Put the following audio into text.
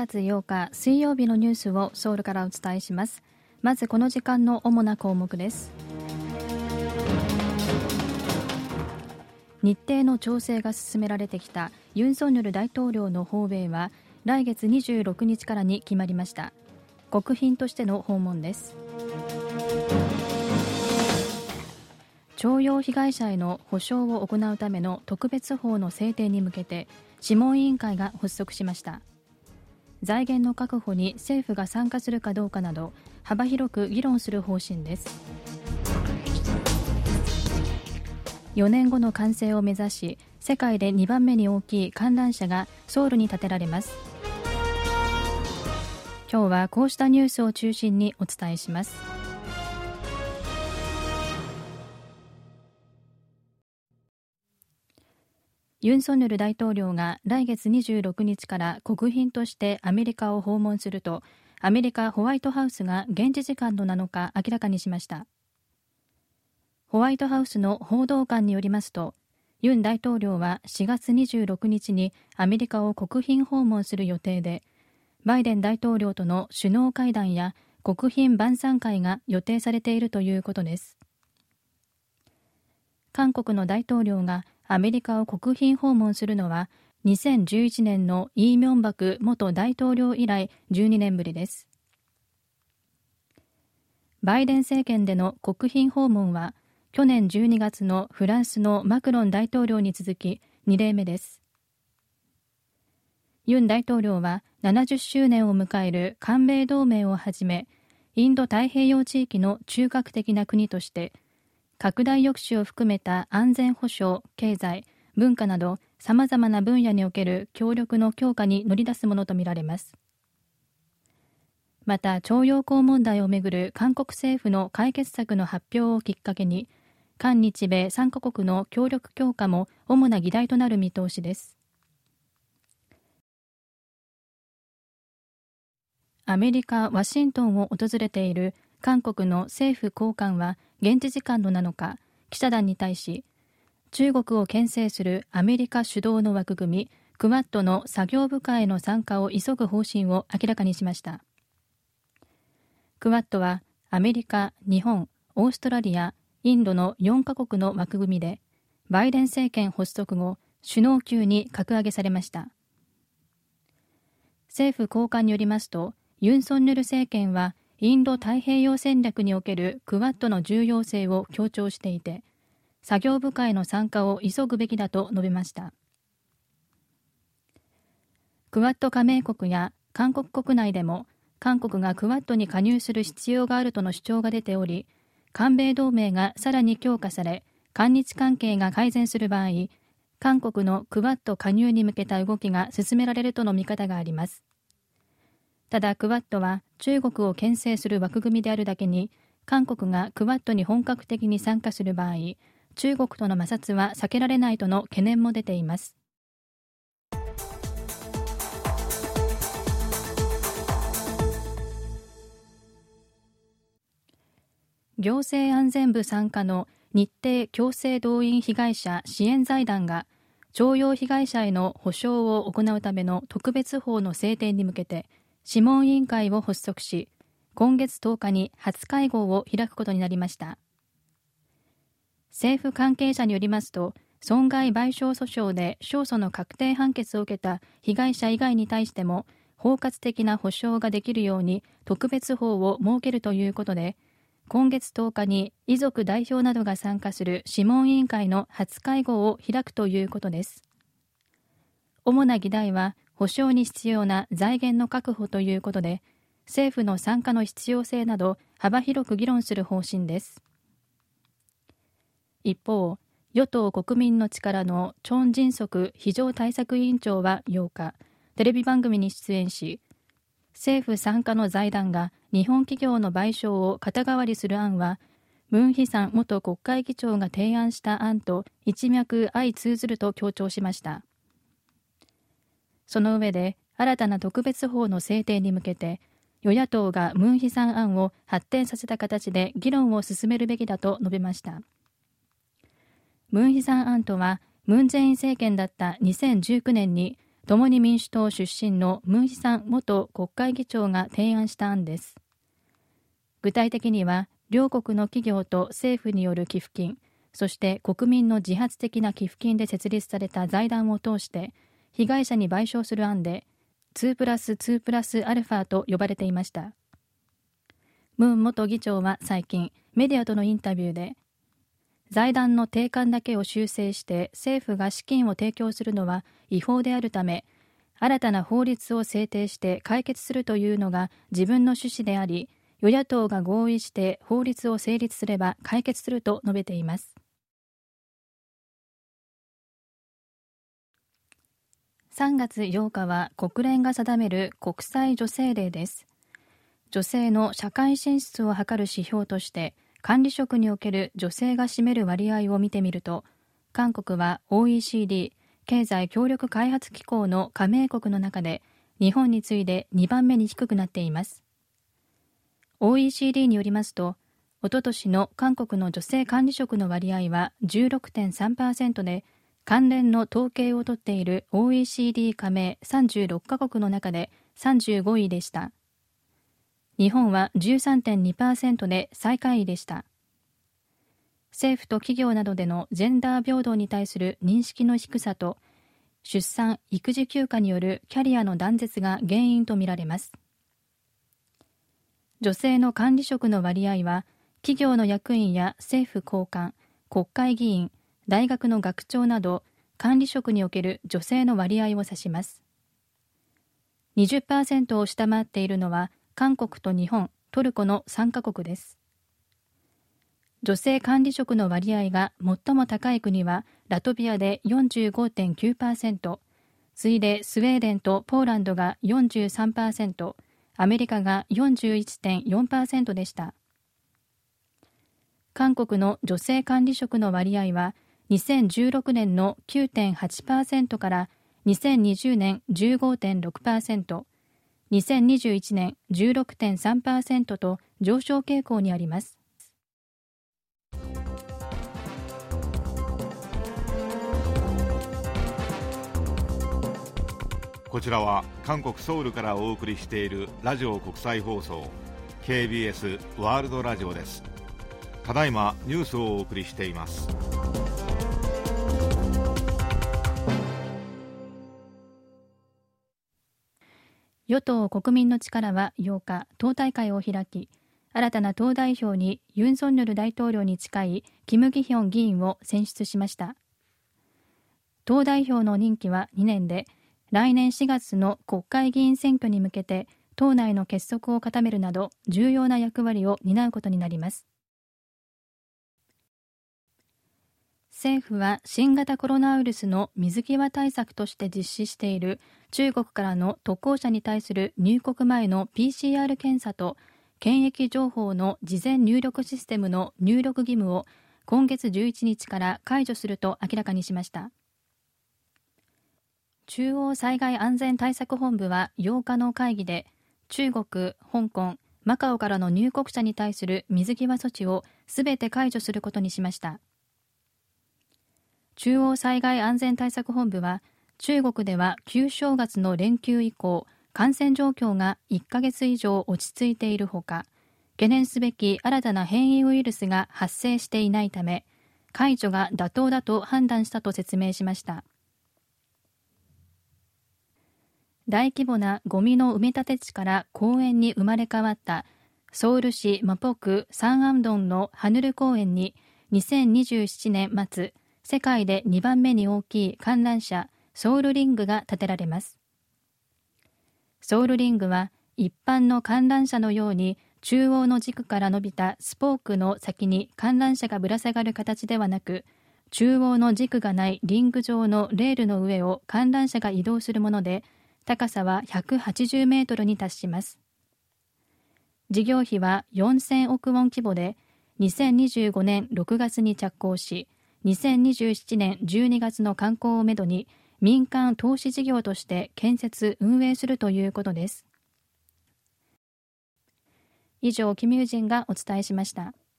月8日水曜日のニュースをソウルからお伝えします。まずこの時間の主な項目です。日程の調整が進められてきたユン・ソンニョル大統領の訪米は来月26日からに決まりました。国賓としての訪問です。徴用被害者への補償を行うための特別法の制定に向けて諮問委員会が発足しました。財源の確保に政府が参加するかどうかなど幅広く議論する方針です。4年後の完成を目指し、世界で2番目に大きい観覧車がソウルに建てられます。今日はこうしたニュースを中心にお伝えします。ユン・ソンニョル大統領が来月26日から国賓としてアメリカを訪問すると、アメリカホワイトハウスが現地時間の7日明らかにしました。ホワイトハウスの報道官によりますと、ユン大統領は4月26日にアメリカを国賓訪問する予定で、バイデン大統領との首脳会談や国賓晩餐会が予定されているということです。韓国の大統領がアメリカを国賓訪問するのは2011年のイ・ミョンバク元大統領以来12年ぶりです。バイデン政権での国賓訪問は去年12月のフランスのマクロン大統領に続き2例目です。ユン大統領は70周年を迎える韓米同盟をはじめ、インド太平洋地域の中核的な国として拡大抑止を含めた安全保障、経済、文化など様々な分野における協力の強化に乗り出すものとみられます。また、徴用工問題をめぐる韓国政府の解決策の発表をきっかけに、韓日米3カ国の協力強化も主な議題となる見通しです。アメリカ・ワシントンを訪れている韓国の政府高官は現地時間の7日、記者団に対し、中国を牽制するアメリカ主導の枠組み、クワッドの作業部会への参加を急ぐ方針を明らかにしました。クワッドはアメリカ、日本、オーストラリア、インドの4カ国の枠組みで、バイデン政権発足後、首脳級に格上げされました。政府高官によりますと、ユン・ソンニョル政権は、インド太平洋戦略におけるクワッドの重要性を強調していて、作業部会の参加を急ぐべきだと述べました。クワッド加盟国や韓国国内でも、韓国がクワッドに加入する必要があるとの主張が出ており、韓米同盟がさらに強化され、韓日関係が改善する場合、韓国のクワッド加入に向けた動きが進められるとの見方があります。ただクワッドは中国を牽制する枠組みであるだけに、韓国がクワッドに本格的に参加する場合、中国との摩擦は避けられないとの懸念も出ています。行政安全部傘下の日程強制動員被害者支援財団が徴用被害者への補償を行うための特別法の制定に向けて諮問委員会を発足し、今月10日に初会合を開くことになりました。政府関係者によりますと、損害賠償訴訟で勝訴の確定判決を受けた被害者以外に対しても包括的な補償ができるように特別法を設けるということで、今月10日に遺族代表などが参加する諮問委員会の初会合を開くということです。主な議題は補償に必要な財源の確保ということで、政府の参加の必要性など幅広く議論する方針です。一方、与党国民の力のチョン・ジンソク非常対策委員長は8日、テレビ番組に出演し、政府参加の財団が日本企業の賠償を肩代わりする案は、ムン・ヒサン元国会議長が提案した案と一脈相通ずると強調しました。その上で、新たな特別法の制定に向けて、与野党がムン・ヒサン案を発展させた形で議論を進めるべきだと述べました。ムン・ヒサン案とは、ムン・ジェイン政権だった2019年に共に民主党出身のムン・ヒサン元国会議長が提案した案です。具体的には、両国の企業と政府による寄付金、そして国民の自発的な寄付金で設立された財団を通して被害者に賠償する案で、2+2+α と呼ばれていました。ムン元議長は最近メディアとのインタビューで、財団の定款だけを修正して政府が資金を提供するのは違法であるため、新たな法律を制定して解決するというのが自分の趣旨であり、与野党が合意して法律を成立すれば解決すると述べています。3月8日は国連が定める国際女性デーです。女性の社会進出を図る指標として管理職における女性が占める割合を見てみると、韓国は OECD 経済協力開発機構の加盟国の中で日本に次いで2番目に低くなっています。OECD によりますと、おととしの韓国の女性管理職の割合は 16.3% で、関連の統計を取っている OECD 加盟36カ国の中で35位でした。日本は 13.2% で最下位でした。政府と企業などでのジェンダー平等に対する認識の低さと、出産・育児休暇によるキャリアの断絶が原因とみられます。女性の管理職の割合は、企業の役員や政府高官、国会議員、大学の学長など管理職における女性の割合を指します。20% を下回っているのは韓国と日本、トルコの3カ国です。女性管理職の割合が最も高い国はラトビアで 45.9%、次いでスウェーデンとポーランドが 43%、アメリカが 41.4% でした。韓国の女性管理職の割合は2016年の 9.8% から2020年 15.6%、2021年 16.3% と上昇傾向にあります。 こちらは韓国ソウルからお送りしているラジオ国際放送 KBS ワールドラジオです。ただいまニュースをお送りしています。 与党国民の力は8日、党大会を開き、新たな党代表にユン・ソンニョル大統領に近いキム・ギヒョン議員を選出しました。党代表の任期は2年で、来年4月の国会議員選挙に向けて党内の結束を固めるなど重要な役割を担うことになります。政府は新型コロナウイルスの水際対策として実施している中国からの渡航者に対する入国前の PCR 検査と検疫情報の事前入力システムの入力義務を今月11日から解除すると明らかにしました。中央災害安全対策本部は8日の会議で、中国、香港、マカオからの入国者に対する水際措置をすべて解除することにしました。中央災害安全対策本部は、中国では旧正月の連休以降、感染状況が1ヶ月以上落ち着いているほか、懸念すべき新たな変異ウイルスが発生していないため、解除が妥当だと判断したと説明しました。大規模なゴミの埋め立て地から公園に生まれ変わったソウル市マポ区サンアムドンのハヌル公園に2027年末、世界で2番目に大きい観覧車ソウルリングが建てられます。ソウルリングは一般の観覧車のように中央の軸から伸びたスポークの先に観覧車がぶら下がる形ではなく、中央の軸がないリング状のレールの上を観覧車が移動するもので、高さは180メートルに達します。事業費は4000億ウォン規模で、2025年6月に着工し、2027年12月の完工をめどに民間投資事業として建設・運営するということです。以上、キム・ユジンがお伝えしました。